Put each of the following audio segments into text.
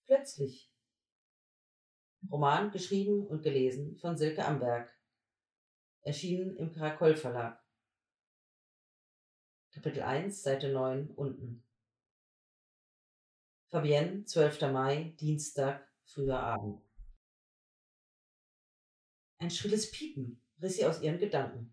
Plötzlich. Roman geschrieben und gelesen von Silke Amberg. Erschienen im Karakol Verlag. Kapitel 1, Seite 9, unten. Fabienne, 12. Mai, Dienstag, früher Abend. Ein schrilles Piepen riss sie aus ihren Gedanken.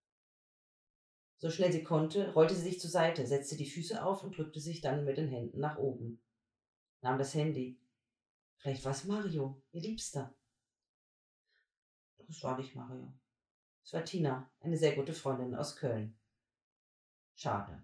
So schnell sie konnte, rollte sie sich zur Seite, setzte die Füße auf und drückte sich dann mit den Händen nach oben. Nahm das Handy. Vielleicht war es Mario, ihr Liebster. Doch es war nicht Mario. Es war Tina, eine sehr gute Freundin aus Köln. Schade.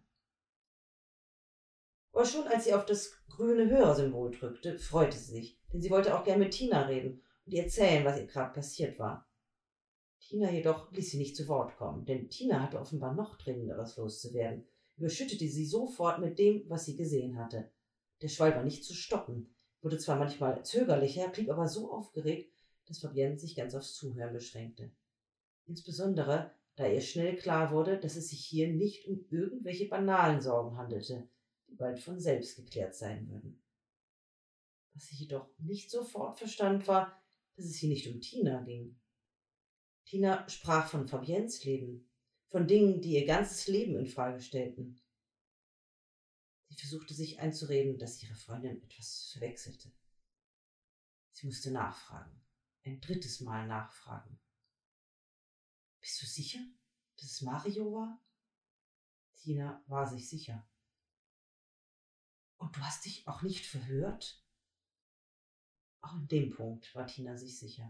Aber schon als sie auf das grüne Hörersymbol drückte, freute sie sich, denn sie wollte auch gern mit Tina reden und ihr erzählen, was ihr gerade passiert war. Tina jedoch ließ sie nicht zu Wort kommen, denn Tina hatte offenbar noch Dringenderes loszuwerden, überschüttete sie sofort mit dem, was sie gesehen hatte. Der Schwall war nicht zu stoppen, wurde zwar manchmal zögerlicher, blieb aber so aufgeregt, dass Fabienne sich ganz aufs Zuhören beschränkte. Insbesondere, da ihr schnell klar wurde, dass es sich hier nicht um irgendwelche banalen Sorgen handelte, die bald von selbst geklärt sein würden. Was sie jedoch nicht sofort verstand, war, dass es hier nicht um Tina ging. Tina sprach von Fabiennes Leben, von Dingen, die ihr ganzes Leben in Frage stellten. Sie versuchte sich einzureden, dass ihre Freundin etwas verwechselte. Sie musste nachfragen, ein drittes Mal nachfragen. Bist du sicher, dass es Mario war? Tina war sich sicher. Und du hast dich auch nicht verhört? Auch in dem Punkt war Tina sich sicher.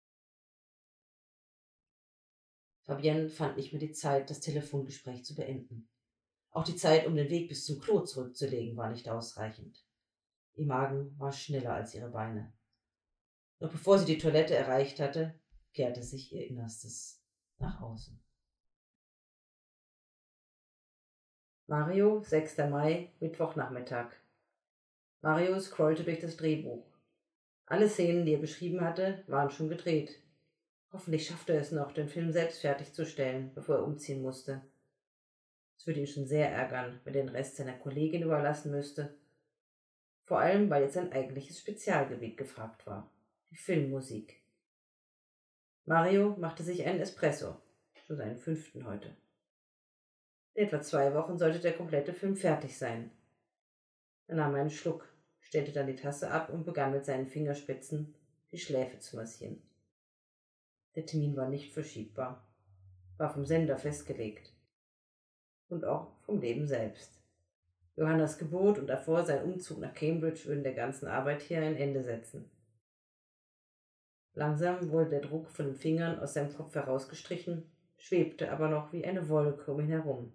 Fabienne fand nicht mehr die Zeit, das Telefongespräch zu beenden. Auch die Zeit, um den Weg bis zum Klo zurückzulegen, war nicht ausreichend. Ihr Magen war schneller als ihre Beine. Noch bevor sie die Toilette erreicht hatte, kehrte sich ihr Innerstes nach außen. Mario, 6. Mai, Mittwochnachmittag. Mario scrollte durch das Drehbuch. Alle Szenen, die er beschrieben hatte, waren schon gedreht. Hoffentlich schaffte er es noch, den Film selbst fertigzustellen, bevor er umziehen musste. Es würde ihn schon sehr ärgern, wenn er den Rest seiner Kollegin überlassen müsste. Vor allem, weil jetzt sein eigentliches Spezialgebiet gefragt war: die Filmmusik. Mario machte sich einen Espresso, schon seinen 5. heute. In etwa 2 Wochen sollte der komplette Film fertig sein. Er nahm einen Schluck, stellte dann die Tasse ab und begann mit seinen Fingerspitzen die Schläfe zu massieren. Der Termin war nicht verschiebbar, war vom Sender festgelegt und auch vom Leben selbst. Johannas Geburt und davor sein Umzug nach Cambridge würden der ganzen Arbeit hier ein Ende setzen. Langsam wurde der Druck von den Fingern aus seinem Kopf herausgestrichen, schwebte aber noch wie eine Wolke um ihn herum.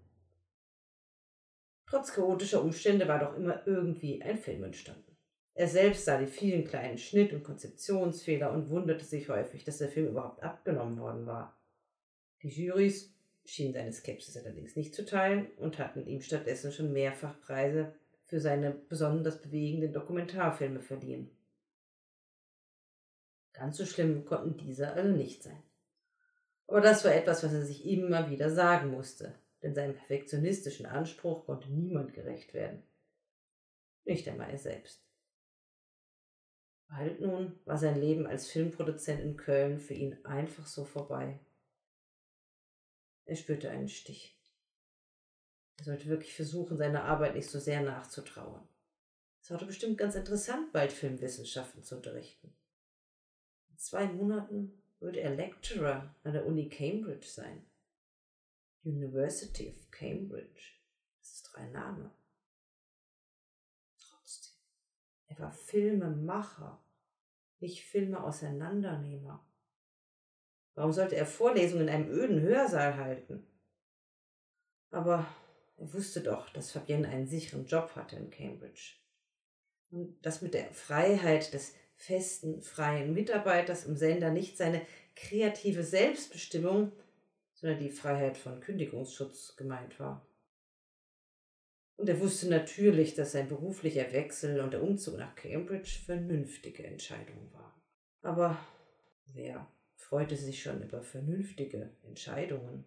Trotz chaotischer Umstände war doch immer irgendwie ein Film entstanden. Er selbst sah die vielen kleinen Schnitt- und Konzeptionsfehler und wunderte sich häufig, dass der Film überhaupt abgenommen worden war. Die Jurys schienen seine Skepsis allerdings nicht zu teilen und hatten ihm stattdessen schon mehrfach Preise für seine besonders bewegenden Dokumentarfilme verliehen. Ganz so schlimm konnten diese also nicht sein. Aber das war etwas, was er sich immer wieder sagen musste, denn seinem perfektionistischen Anspruch konnte niemand gerecht werden. Nicht einmal er selbst. Bald nun war sein Leben als Filmproduzent in Köln für ihn einfach so vorbei. Er spürte einen Stich. Er sollte wirklich versuchen, seiner Arbeit nicht so sehr nachzutrauern. Es war doch bestimmt ganz interessant, bald Filmwissenschaften zu unterrichten. In 2 Monaten würde er Lecturer an der Uni Cambridge sein. University of Cambridge. Das ist doch ein Name. Trotzdem, er war Filmemacher, nicht Filme-Auseinandernehmer. Warum sollte er Vorlesungen in einem öden Hörsaal halten? Aber er wusste doch, dass Fabienne einen sicheren Job hatte in Cambridge. Und dass mit der Freiheit des festen, freien Mitarbeiters im Sender nicht seine kreative Selbstbestimmung, sondern die Freiheit von Kündigungsschutz gemeint war. Und er wusste natürlich, dass sein beruflicher Wechsel und der Umzug nach Cambridge vernünftige Entscheidungen waren. Aber wer freute sich schon über vernünftige Entscheidungen?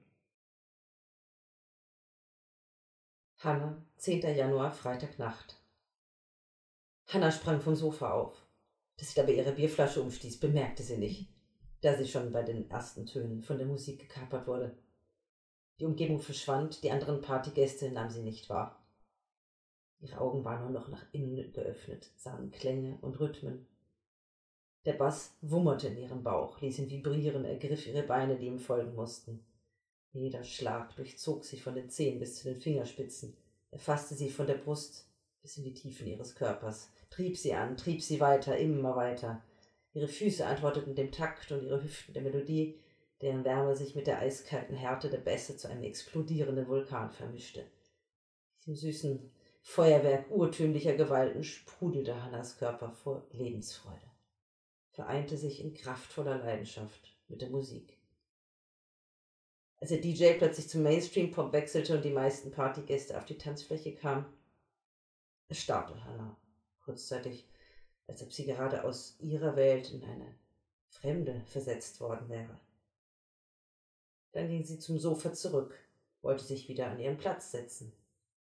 Halle, 10. Januar, Freitagnacht. Hannah sprang vom Sofa auf. Dass sie dabei ihre Bierflasche umstieß, bemerkte sie nicht, da sie schon bei den ersten Tönen von der Musik gekapert wurde. Die Umgebung verschwand, die anderen Partygäste nahm sie nicht wahr. Ihre Augen waren nur noch nach innen geöffnet, sahen Klänge und Rhythmen. Der Bass wummerte in ihrem Bauch, ließ ihn vibrieren, ergriff ihre Beine, die ihm folgen mussten. Jeder Schlag durchzog sie von den Zehen bis zu den Fingerspitzen, erfasste sie von der Brust bis in die Tiefen ihres Körpers, trieb sie an, trieb sie weiter, immer weiter. Ihre Füße antworteten dem Takt und ihre Hüften der Melodie, deren Wärme sich mit der eiskalten Härte der Bässe zu einem explodierenden Vulkan vermischte. Diesem süßen Feuerwerk urtümlicher Gewalten sprudelte Hannahs Körper vor Lebensfreude, vereinte sich in kraftvoller Leidenschaft mit der Musik. Als der DJ plötzlich zum Mainstream-Pop wechselte und die meisten Partygäste auf die Tanzfläche kamen, erstarrte Hannah kurzzeitig, als ob sie gerade aus ihrer Welt in eine fremde versetzt worden wäre. Dann ging sie zum Sofa zurück, wollte sich wieder an ihren Platz setzen.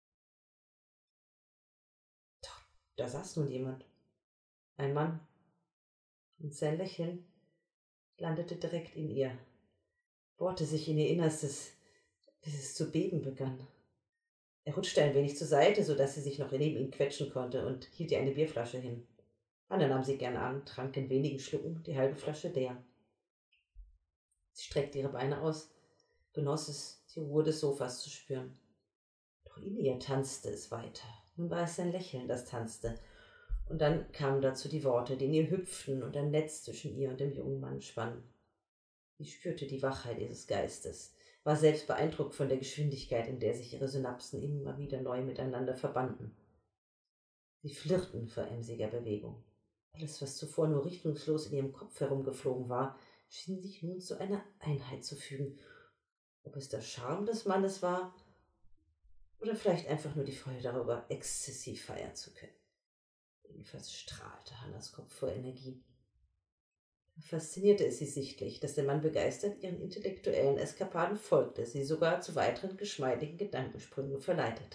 Doch da saß nun jemand, ein Mann, und sein Lächeln landete direkt in ihr, bohrte sich in ihr Innerstes, bis es zu beben begann. Er rutschte ein wenig zur Seite, so dass sie sich noch neben ihn quetschen konnte, und hielt ihr eine Bierflasche hin. Anna nahm sie gern an, trank in wenigen Schlucken die halbe Flasche leer. Sie streckte ihre Beine aus, genoss es, die Ruhe des Sofas zu spüren. Doch in ihr tanzte es weiter. Nun war es sein Lächeln, das tanzte. Und dann kamen dazu die Worte, die in ihr hüpften und ein Netz zwischen ihr und dem jungen Mann spannen. Sie spürte die Wachheit ihres Geistes, war selbst beeindruckt von der Geschwindigkeit, in der sich ihre Synapsen immer wieder neu miteinander verbanden. Sie flirrten vor emsiger Bewegung. Alles, was zuvor nur richtungslos in ihrem Kopf herumgeflogen war, schien sich nun zu einer Einheit zu fügen. Ob es der Charme des Mannes war oder vielleicht einfach nur die Freude darüber, exzessiv feiern zu können. Jedenfalls strahlte Hannahs Kopf vor Energie. Faszinierte es sie sichtlich, dass der Mann begeistert ihren intellektuellen Eskapaden folgte, sie sogar zu weiteren geschmeidigen Gedankensprüngen verleitete.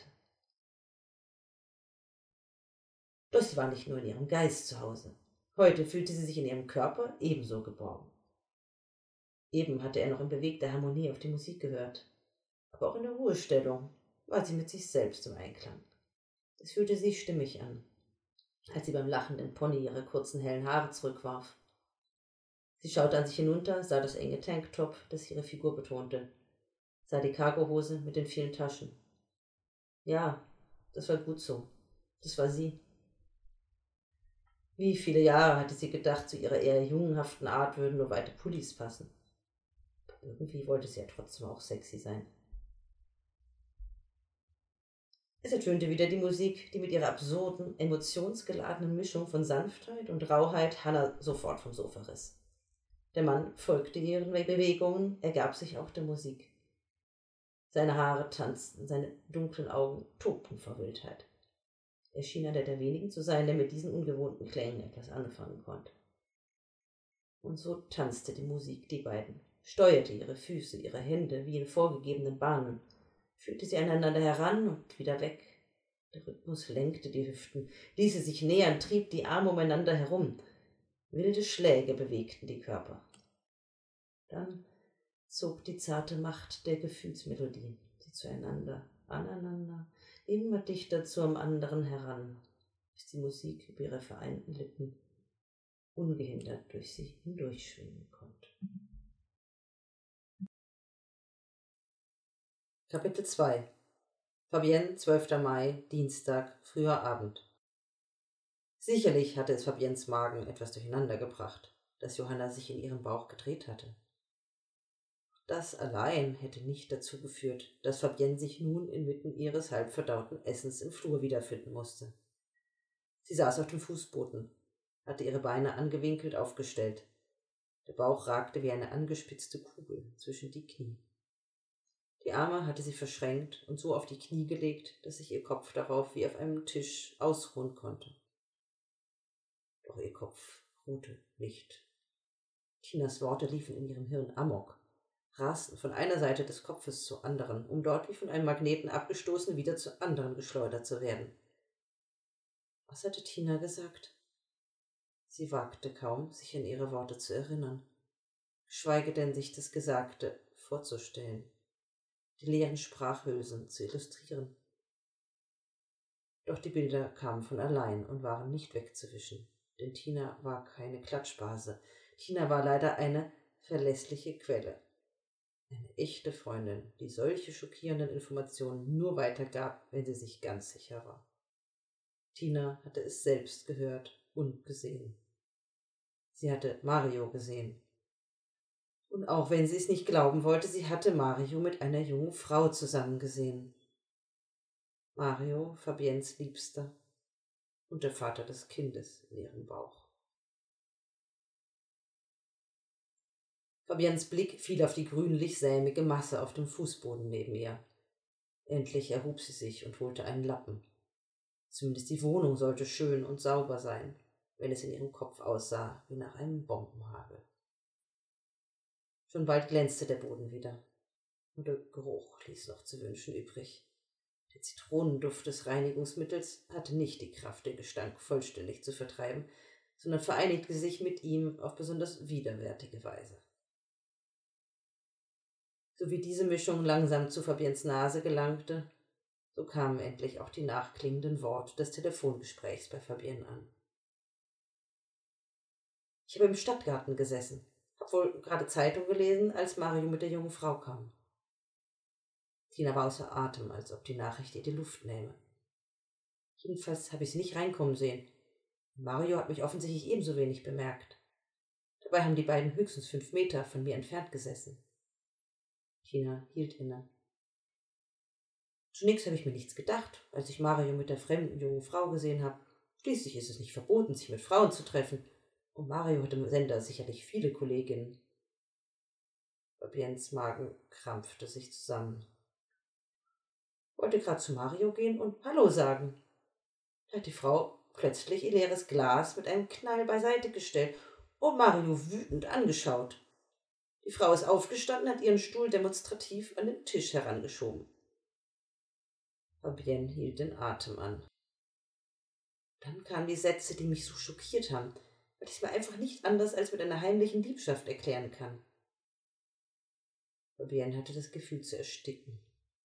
Doch sie war nicht nur in ihrem Geist zu Hause. Heute fühlte sie sich in ihrem Körper ebenso geborgen. Eben hatte er noch in bewegter Harmonie auf die Musik gehört. Aber auch in der Ruhestellung war sie mit sich selbst im Einklang. Es fühlte sich stimmig an, als sie beim lachenden Pony ihre kurzen hellen Haare zurückwarf. Sie schaute an sich hinunter, sah das enge Tanktop, das ihre Figur betonte, sah die Cargohose mit den vielen Taschen. Ja, das war gut so. Das war sie. Wie viele Jahre hatte sie gedacht, zu ihrer eher jungenhaften Art würden nur weite Pullis passen. Aber irgendwie wollte sie ja trotzdem auch sexy sein. Es ertönte wieder die Musik, die mit ihrer absurden, emotionsgeladenen Mischung von Sanftheit und Rauheit Hannah sofort vom Sofa riss. Der Mann folgte ihren Bewegungen, ergab sich auch der Musik. Seine Haare tanzten, seine dunklen Augen tobten vor Wildheit. Er schien einer der wenigen zu sein, der mit diesen ungewohnten Klängen etwas anfangen konnte. Und so tanzte die Musik die beiden, steuerte ihre Füße, ihre Hände wie in vorgegebenen Bahnen, führte sie aneinander heran und wieder weg. Der Rhythmus lenkte die Hüften, ließ sie sich nähern, trieb die Arme umeinander herum. Wilde Schläge bewegten die Körper. Dann zog die zarte Macht der Gefühlsmelodie sie zueinander, aneinander, immer dichter zum anderen heran, bis die Musik über ihre vereinten Lippen ungehindert durch sie hindurchschwingen konnte. Kapitel 2 Fabienne, 12. Mai, Dienstag, früher Abend. Sicherlich hatte es Fabiennes Magen etwas durcheinander gebracht, dass Johanna sich in ihrem Bauch gedreht hatte. Das allein hätte nicht dazu geführt, dass Fabienne sich nun inmitten ihres halbverdauten Essens im Flur wiederfinden musste. Sie saß auf dem Fußboden, hatte ihre Beine angewinkelt aufgestellt. Der Bauch ragte wie eine angespitzte Kugel zwischen die Knie. Die Arme hatte sie verschränkt und so auf die Knie gelegt, dass sich ihr Kopf darauf wie auf einem Tisch ausruhen konnte. Doch ihr Kopf ruhte nicht. Tinas Worte liefen in ihrem Hirn amok, rasten von einer Seite des Kopfes zur anderen, um dort wie von einem Magneten abgestoßen wieder zur anderen geschleudert zu werden. Was hatte Tina gesagt? Sie wagte kaum, sich an ihre Worte zu erinnern, geschweige denn sich das Gesagte vorzustellen, die leeren Sprachhülsen zu illustrieren. Doch die Bilder kamen von allein und waren nicht wegzuwischen, denn Tina war keine Klatschbase. Tina war leider eine verlässliche Quelle. Eine echte Freundin, die solche schockierenden Informationen nur weitergab, wenn sie sich ganz sicher war. Tina hatte es selbst gehört und gesehen. Sie hatte Mario gesehen. Und auch wenn sie es nicht glauben wollte, sie hatte Mario mit einer jungen Frau zusammen gesehen. Mario, Fabiennes Liebster und der Vater des Kindes in ihrem Bauch. Fabiennes Blick fiel auf die grünlich-sämige Masse auf dem Fußboden neben ihr. Endlich erhob sie sich und holte einen Lappen. Zumindest die Wohnung sollte schön und sauber sein, wenn es in ihrem Kopf aussah wie nach einem Bombenhagel. Schon bald glänzte der Boden wieder. Nur der Geruch ließ noch zu wünschen übrig. Der Zitronenduft des Reinigungsmittels hatte nicht die Kraft, den Gestank vollständig zu vertreiben, sondern vereinigte sich mit ihm auf besonders widerwärtige Weise. So wie diese Mischung langsam zu Fabiens Nase gelangte, so kamen endlich auch die nachklingenden Worte des Telefongesprächs bei Fabienne an. Ich habe im Stadtgarten gesessen, habe wohl gerade Zeitung gelesen, als Mario mit der jungen Frau kam. Tina war außer Atem, als ob die Nachricht ihr die Luft nähme. Jedenfalls habe ich sie nicht reinkommen sehen. Mario hat mich offensichtlich ebenso wenig bemerkt. Dabei haben die beiden höchstens 5 Meter von mir entfernt gesessen. Tina hielt inne. Zunächst habe ich mir nichts gedacht, als ich Mario mit der fremden jungen Frau gesehen habe. Schließlich ist es nicht verboten, sich mit Frauen zu treffen. Und Mario hat im Sender sicherlich viele Kolleginnen. Fabiens Magen krampfte sich zusammen. Wollte gerade zu Mario gehen und Hallo sagen. Da hat die Frau plötzlich ihr leeres Glas mit einem Knall beiseite gestellt und Mario wütend angeschaut. Die Frau ist aufgestanden, hat ihren Stuhl demonstrativ an den Tisch herangeschoben. Fabienne hielt den Atem an. Dann kamen die Sätze, die mich so schockiert haben, weil ich es mir einfach nicht anders als mit einer heimlichen Liebschaft erklären kann. Fabienne hatte das Gefühl zu ersticken.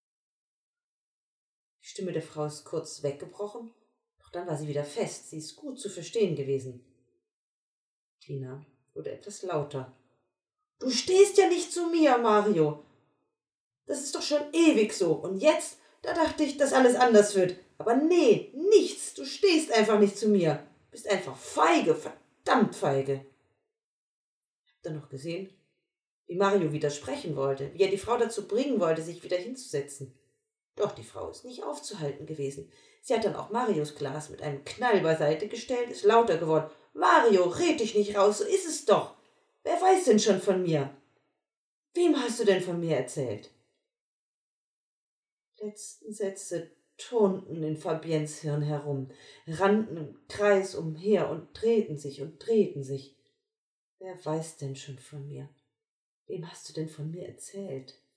Die Stimme der Frau ist kurz weggebrochen, doch dann war sie wieder fest. Sie ist gut zu verstehen gewesen. Tina wurde etwas lauter. Du stehst ja nicht zu mir, Mario. Das ist doch schon ewig so. Und jetzt, da dachte ich, dass alles anders wird. Aber nee, nichts. Du stehst einfach nicht zu mir. Bist einfach feige, verdammt feige. Habt ihr noch gesehen, wie Mario widersprechen wollte, wie er die Frau dazu bringen wollte, sich wieder hinzusetzen? Doch die Frau ist nicht aufzuhalten gewesen. Sie hat dann auch Marios Glas mit einem Knall beiseite gestellt, ist lauter geworden. Mario, red dich nicht raus, so ist es doch. Wer weiß denn schon von mir? Wem hast du denn von mir erzählt? Die letzten Sätze turnten in Fabiens Hirn herum, rannten im Kreis umher und drehten sich und drehten sich. Wer weiß denn schon von mir? Wem hast du denn von mir erzählt?